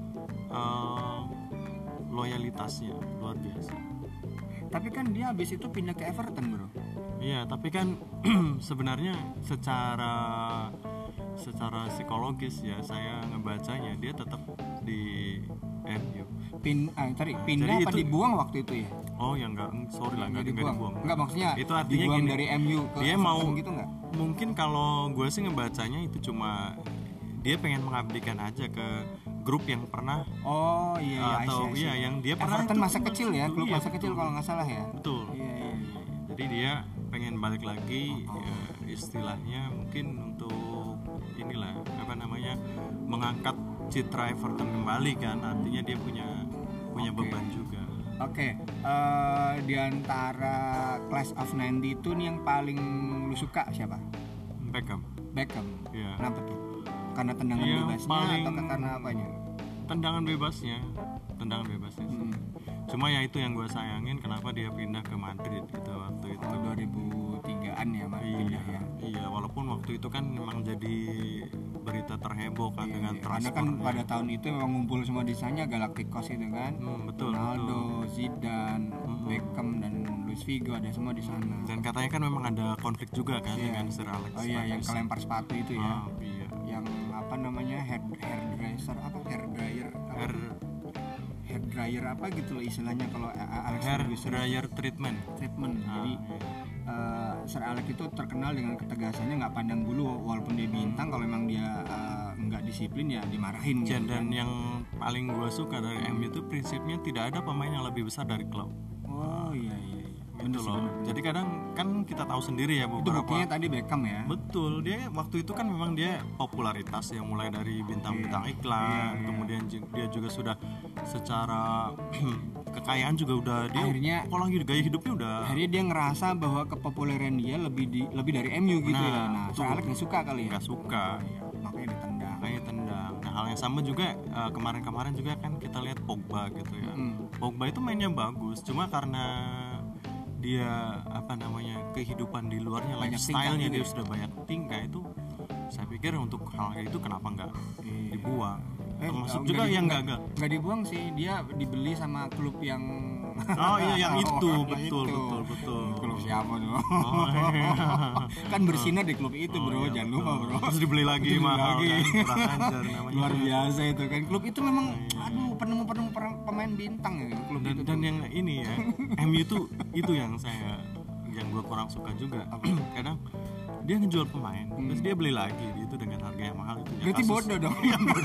eh, loyalitasnya luar biasa. Tapi kan dia habis itu pindah ke Everton, bro. Iya, tapi kan sebenarnya secara secara psikologis ya saya ngebacanya dia tetap di M U. Pin, ah, tadi pindah Jadi apa itu- dibuang waktu itu ya? Oh ya enggak, sorry lah, enggak, enggak dibuang. Enggak, maksudnya Itu artinya dibuang gini, dari M U ke dia Everton mau- gitu enggak? Mungkin kalau gue sih ngebacanya itu cuma dia pengen mengabdikan aja ke grup yang pernah Oh iya iya atau I see, I see. iya yang dia pernah Everton itu masa cuma kecil ya, situ. klub Iya, masa kecil betul. kalau nggak salah ya. Betul. Iya iya iya. Jadi dia pengen balik lagi ya, istilahnya mungkin untuk inilah apa namanya mengangkat citra Everton kembali kan, artinya dia punya punya Oke. beban juga. Oke, eh, di antara Class of sembilan puluh itu nih yang paling lu suka siapa? Beckham. Beckham. Iya. Kenapa tuh? Karena tendangan Yang bebasnya paling- atau karena apanya? Tendangan bebasnya, tendangan bebasnya sih. Hmm. Cuma ya itu yang gue sayangin kenapa dia pindah ke Madrid gitu waktu itu. Oh, dua ribu tigaan ya, Mak, pindah ya. Iya, walaupun waktu itu kan memang jadi berita terheboh kan Iya, dengan iya. Karena transfer. kan pada tahun itu memang ngumpul semua di sana Galacticos itu kan. Hmm, betul, Ronaldo, betul. Zidane, Beckham dan Luis Figo ada semua di sana. Dan katanya kan memang ada konflik juga kan Iya. dengan Sir Alex. Oh iya, yang Ferguson. kelempar sepatu itu ya. Ah, iya. Yang apa namanya hair hairdresser apa hair dryer apa? Hair hair dryer apa gitu loh istilahnya kalau A- A- Alex hair Ferguson dryer treatment. treatment. Ah, Jadi iya. eh, Sir Alex itu terkenal dengan ketegasannya, nggak pandang bulu walaupun dia bintang, kalau memang dia eh, nggak disiplin ya dimarahin gitu Dan, dan kan. yang paling gue suka dari M U itu prinsipnya tidak ada pemain yang lebih besar dari klub. Oh iya iya. iya. Gitu Bener sih, loh. bener. Jadi kadang kan kita tahu sendiri ya Itu beberapa. buktinya tadi Beckham ya. Betul, dia waktu itu kan memang dia popularitas yang mulai dari bintang-bintang iklan, Iya, iya. kemudian ju- dia juga sudah secara kekayaan juga udah dia Akhirnya- pola hidup gaya hidupnya udah Akhirnya dia ngerasa bahwa kepopuleran dia lebih di, lebih dari M U gitu Nah, ya. Nah, betul. Sir Alex nggak suka kali ya. nggak suka, Iya, makanya ditendang. makanya tendang. Nah hal yang sama juga eh, kemarin-kemarin juga kan kita lihat Pogba gitu ya. Mm. Pogba itu mainnya bagus, cuma karena dia apa namanya kehidupan di luarnya, Banyak lifestyle-nya tingkah dia juga. sudah banyak tingkah itu. Saya pikir untuk hal kayak itu kenapa nggak Iya. dibuang? Eh, Termasuk nggak juga di- yang nggak- gagal. nggak dibuang sih, dia dibeli sama klub yang Oh iya yang itu Oh, betul itu. betul betul. Klub siapa tuh? Oh, iya. Kan bersinar di klub itu Oh, bro, iya, jangan betul. lupa bro. Terus dibeli lagi Dibeli mahal lagi. kan, kurang ajar namanya. Luar biasa itu kan, klub itu memang Iya. aduh penemu-penemu per- pemain bintang ya klub Dan, itu. dan yang ini ya M U itu itu yang saya yang gue kurang suka juga. Kadang dia ngejual pemain, terus dia beli lagi itu dengan harga yang mahal itu. ya Berarti kasus- bodoh dong.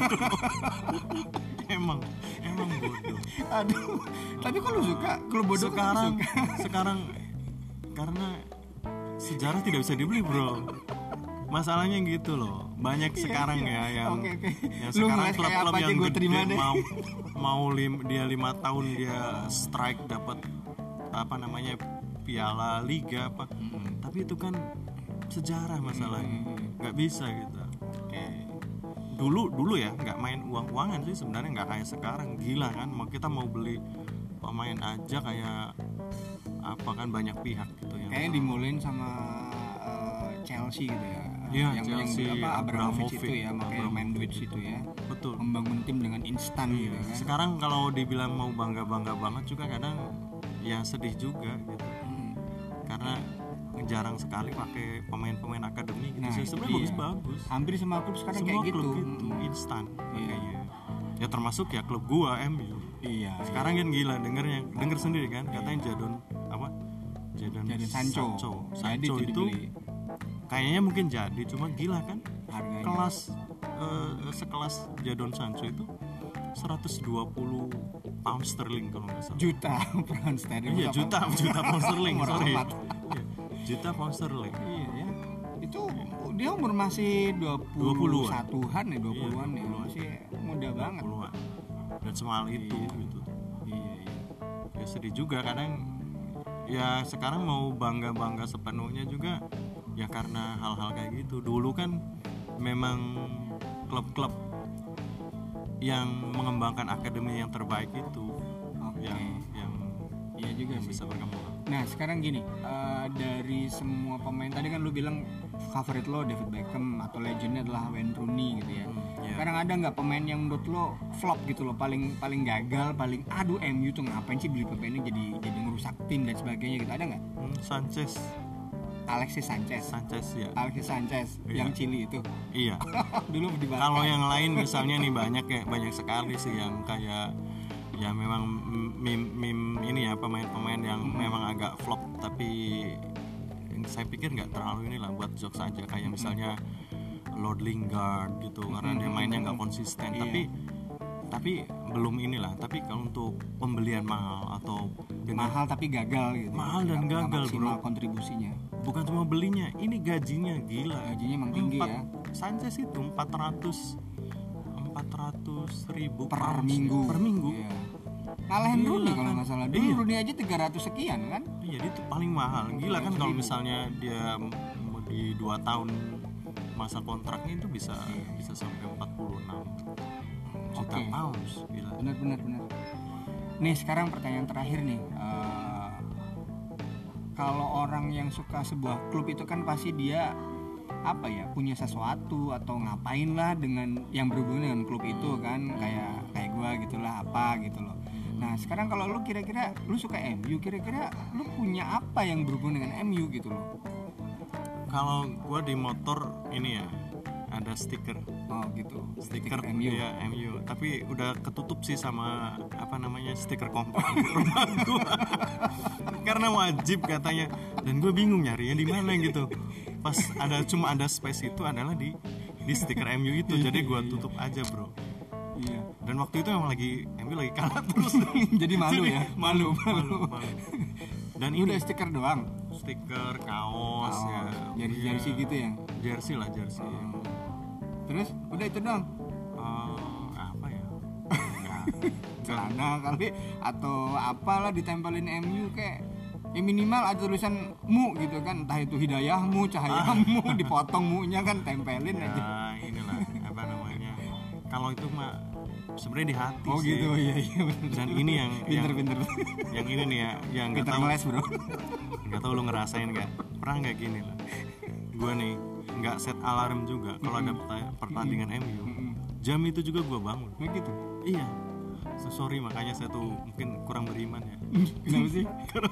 emang emang bodoh. Aduh, tapi kok lu suka klub bodoh? kok lu sekarang suka? sekarang karena sejarah tidak bisa dibeli bro, masalahnya gitu loh. Banyak sekarang ya yang Oke, oke. yang Lu sekarang ngeles kayak klub-klub apa aja yang gua gede terima deh. mau mau lim, dia lima tahun dia strike dapat apa namanya piala liga apa, tapi itu kan sejarah masalahnya, nggak bisa gitu. Oke. Dulu dulu ya nggak main uang uangan sih sebenarnya, nggak kayak sekarang. Gila kan, mau kita mau beli pemain aja kayak apa kan, banyak pihak gitu yang Kayaknya dimulain sama eh, Chelsea gitu ya. Iya, yang, Chelsea, yang apa Abramovich Abramovich. itu ya, makanya main duit situ ya. betul. Membangun tim dengan instan gitu kan. Sekarang kalau dibilang mau bangga bangga banget juga kadang ya sedih juga gitu, Hmm. karena jarang sekali pakai pemain-pemain akademi gitu. Nah, sih itu sebenarnya dia. bagus-bagus. Hampir semua klub sekarang Semua kayak gitu. klub gitu Hmm. instan Iya. makanya. Ya termasuk ya klub gua M U. Iya. Sekarang kan gila dengernya, denger sendiri kan katanya Jadon apa? Jadon, Jadi Sancho. Sancho, Jadi Sancho tuh itu dibeli. kayaknya mungkin jadi, cuma gila kan Harganya. kelas eh, sekelas Jadon Sancho itu seratus dua puluh pound sterling kalau nggak salah. Juta pound sterling. Iya juta juta pound sterling Murah sorry. amat. Iya, juta pound sterling. Iya ya. Itu dia umur masih dua dua puluh puluhan. satuan ya, dua puluhan ya. dua puluhan. Masih muda banget. Puluhan. Dan semahal itu gitu. Iya, iya. Ya sedih juga kadang. Ya sekarang mau bangga bangga sepenuhnya juga ya karena hal-hal kayak gitu. Dulu kan memang klub-klub yang mengembangkan akademi yang terbaik itu Oke. yang yang Iya juga yang sih. bisa berkembang. Nah sekarang gini, eh, dari semua pemain tadi kan lu bilang favorit lo David Beckham atau legendnya adalah Wayne Rooney gitu ya. Hmm, iya. Sekarang ada nggak pemain yang menurut lo flop gitu lo, paling paling gagal, paling aduh M U tuh ngapain sih beli pemain ini jadi jadi ngerusak tim dan sebagainya gitu, ada nggak? Hmm, Sanchez Alexis Sanchez. Sanchez ya. Alexis Sanchez Iya. yang Chili itu. Iya. Dulu di Barca. Kalau yang lain misalnya nih banyak ya, banyak sekali sih yang kayak ya memang meme meme ini ya, pemain-pemain yang Hmm. memang agak flop, tapi saya pikir nggak terlalu inilah, buat jokes aja, kayak misalnya Lord Lingard gitu, karena dia mainnya nggak konsisten. Iya. Tapi tapi belum inilah. Tapi kalau untuk pembelian mahal atau dengan mahal tapi gagal gitu. Mahal dan Nggak- nggak gagal, maksimal bro. kontribusinya. bukan cuma belinya, ini gajinya gila. Gajinya emang tinggi Empat- ya. Sanchez itu empat ratus empat ratus ribu Per pounds minggu. per minggu. Iya. Ngalahin Gila Rooney kalau kan? nggak salah. Dulu Iya. Rooney aja tiga ratus sekian kan. Iya, dia itu paling mahal. Gila kan kalau Seribu. misalnya dia mau di dua tahun masa kontraknya itu bisa bisa sampai empat puluh enam juta Oke. pounds. Gila. Benar benar benar. Nih sekarang pertanyaan terakhir nih. Eh, kalau orang yang suka sebuah klub itu kan pasti dia apa ya, punya sesuatu atau ngapain lah dengan yang berhubungan dengan klub itu kan, kayak kayak gua gitulah apa gitu loh. Nah sekarang kalau lu kira-kira lu suka M U, kira-kira lu punya apa yang berhubungan dengan M U gitu loh? Kalau gua di motor ini ya ada stiker Oh gitu. stiker M U. ya M U, tapi udah ketutup sih sama apa namanya stiker kompak rumah gua. Karena wajib katanya, dan gue bingung nyarinya di mana gitu. Pas ada cuma ada space itu adalah di di stiker M U itu, jadi gue tutup aja bro. Iya. Dan waktu itu emang lagi M U lagi kalah terus. Jadi malu Jadi ya, malu malu. malu, malu. Dan Udah ini stiker doang. stiker kaos ya, Jersey iya. jersey gitu ya. Jersey lah jersey. Terus udah itu doang. Eh, apa ya? Enggak. Celana kali atau apalah ditempelin M U kayak ya minimal ada tulisan mu gitu kan, entah itu hidayahmu, cahayamu, dipotong mu-nya kan tempelin aja. Ya inilah apa namanya, kalau itu mah sebenarnya di hati Oh sih. gitu, iya iya bener. Dan ini yang Pinter yang, pinter. yang ini nih ya, yang nggak Pinter tahu ngeles bro. nggak tahu lu ngerasain nggak, pernah nggak gini lah, gue nih nggak set alarm juga kalau ada perta- pertandingan M U, jam itu juga gue bangun. Begitu. Iya, so, sorry makanya saya tuh mungkin kurang beriman ya. Kenapa sih?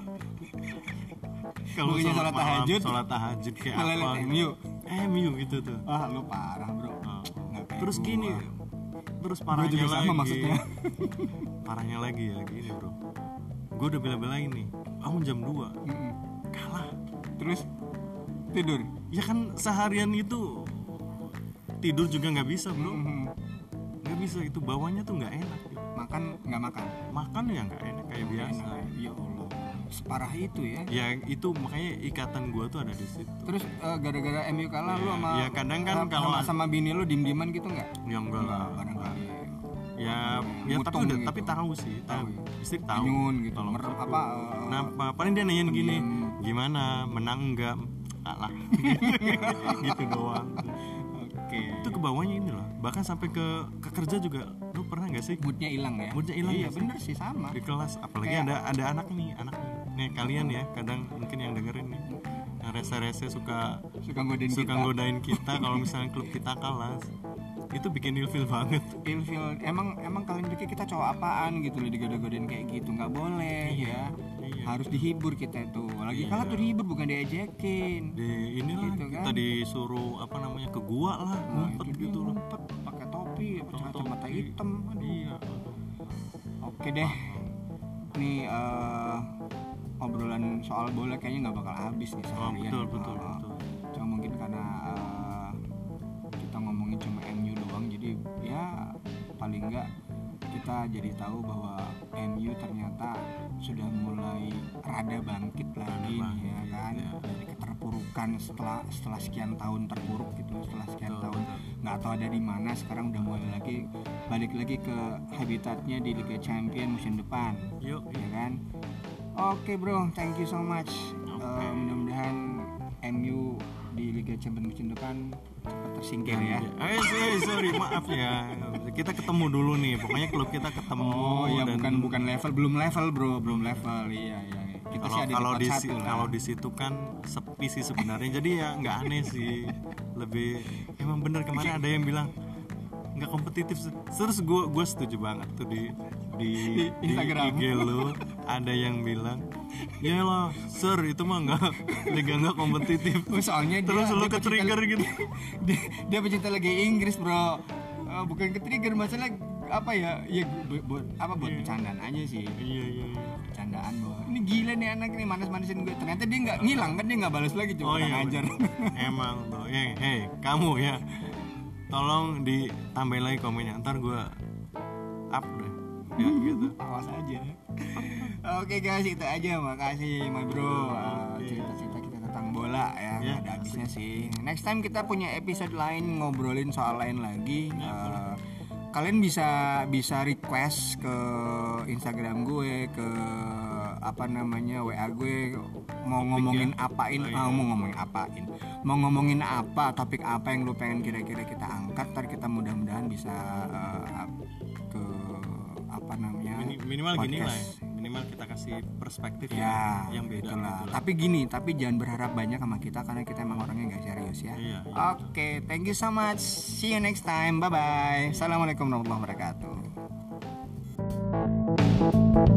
Kalau Bukannya sholat sholat malam, tahajud, sholat tahajud kayak malah apa? liat M U. M U gitu tuh. Wah lu parah bro. Oh. Nggak kayak Terus gua. gini, terus Gua parahnya juga lagi. sama maksudnya. Parahnya lagi ya gini bro. Gue udah bela-belain nih, bangun jam dua, Mm-mm. kalah. Terus tidur. Ya kan seharian itu tidur juga nggak bisa bro, Mm-mm. nggak bisa, itu bawahnya tuh nggak enak. Gitu. Makan nggak makan. Makan ya nggak enak kayak biasa. Enak. Ya Allah. Separah itu ya. Ya itu makanya ikatan gue tuh ada di situ. Terus eh, gara-gara M U kalah Ya, lu sama ya kadang kan sama- kalau- sama, sama bini lu diem-dieman gitu nggak? Ya enggak lah. Barangkali. Ya, ya tapi Mutung udah, gitu. tapi tahu sih, tahu. Tahu ya. Istri tahu. Anyun gitu. Kalau Merem aku- apa? eh, Kenapa? Paling dia nanyain gini, pendiam. gimana, menang enggak? Kalah. Gitu doang. Oke. Itu ke bawahnya ini loh. Bahkan sampai ke ke kerja juga. Lu pernah nggak sih Moodnya hilang ya? Moodnya hilang Iya nggak sih? bener sih sama. di kelas? Apalagi Kayak- ada ada anak nih, anak nih. Nih kalian ya, kadang mungkin yang dengerin nih, yang rese-rese suka Suka godain suka kita. godain kita kalau misalnya klub kita kalah. Itu bikin ilfil banget. Ilfil. Emang emang kalian pikir kita cowok apaan gitu loh digoda-godain kayak gitu? Nggak boleh ya. Iya. Harus dihibur kita itu. Lagi Iya. kalah tuh dihibur bukan diejekin. Di inilah Gitu kan. kita disuruh apa namanya ke gua lah, Nah, ngumpet itu dia gitu loh. ngumpet pakai topi, pakai Pakai kacamata topi. hitam. Aduh. Iya. Oke deh. Nih eh, obrolan soal bola kayaknya nggak bakal habis nih Oh, seharian. betul betul Eh, betul. Cuma mungkin karena eh, kita ngomongin cuma M U doang, jadi ya paling nggak kita jadi tahu bahwa M U ternyata sudah mulai rada bangkit lagi nih, bangkit, ya kan, ya. dari keterpurukan setelah setelah sekian tahun terpuruk gitu, setelah sekian Betul, tahun betul. nggak tahu ada di mana, sekarang udah mulai lagi balik lagi ke habitatnya di Liga Champions musim depan, Yuk, ya kan. Oke bro, thank you so much. Oke. Eh, mudah-mudahan M U di Liga Champions musim depan cepat tersingkir ya. Eh sorry, sorry, maaf ya. Kita ketemu dulu nih. Pokoknya klub kita ketemu. Oh iya, dan bukan bukan level, belum level bro, belum level. Iya iya. Kita Kalau sih ada kalau di di pot si- satu lah. kalau di situ kan sepi sih sebenarnya. Jadi ya nggak aneh sih. Lebih emang bener kemarin ada yang bilang nggak kompetitif. Terus gue gue setuju banget tuh di di, Di Instagram. di I G lu ada yang bilang ya lah sir itu mah nggak liga nggak kompetitif. Oh, soalnya dia- terus lu dia ke trigger pecinta- gitu. dia, dia pecinta lagi Inggris bro. Eh, bukan ke trigger, masalah apa ya, ya bu- buat apa buat bercandaan aja sih, Iya iya iya. bercandaan bahwa ini gila nih anak nih manas-manasin gue, ternyata dia nggak ngilang kan, dia nggak balas lagi, coba Oh kurang iya. ajar. Emang tuh, eh hey, kamu ya, tolong ditambahin lagi komennya, ntar gue up deh. Ya gitu. Awas aja. Oke guys, itu aja, makasih my bro. Uh, cerita-cerita kita tentang bola ya, nggak Ya. ada habisnya sih. Next time kita punya episode lain ngobrolin soal lain lagi. Uh, kalian bisa bisa request ke Instagram gue, ke apa namanya W A gue, mau ngomongin apain, Oh, iya. ah, mau ngomongin apain, mau ngomongin apa, topik apa yang lu pengen kira-kira kita angkat, ntar kita mudah-mudahan bisa uh, up ke apa namanya Mini- minimal gini lah ya. podcast. Minimal kita kasih perspektif Ya, yang beda itulah. gitu lah. Tapi gini, tapi jangan berharap banyak sama kita karena kita emang orangnya nggak serius ya. Iya, iya. Oke, thank you so much. See you next time. Bye bye. Assalamualaikum warahmatullahi wabarakatuh.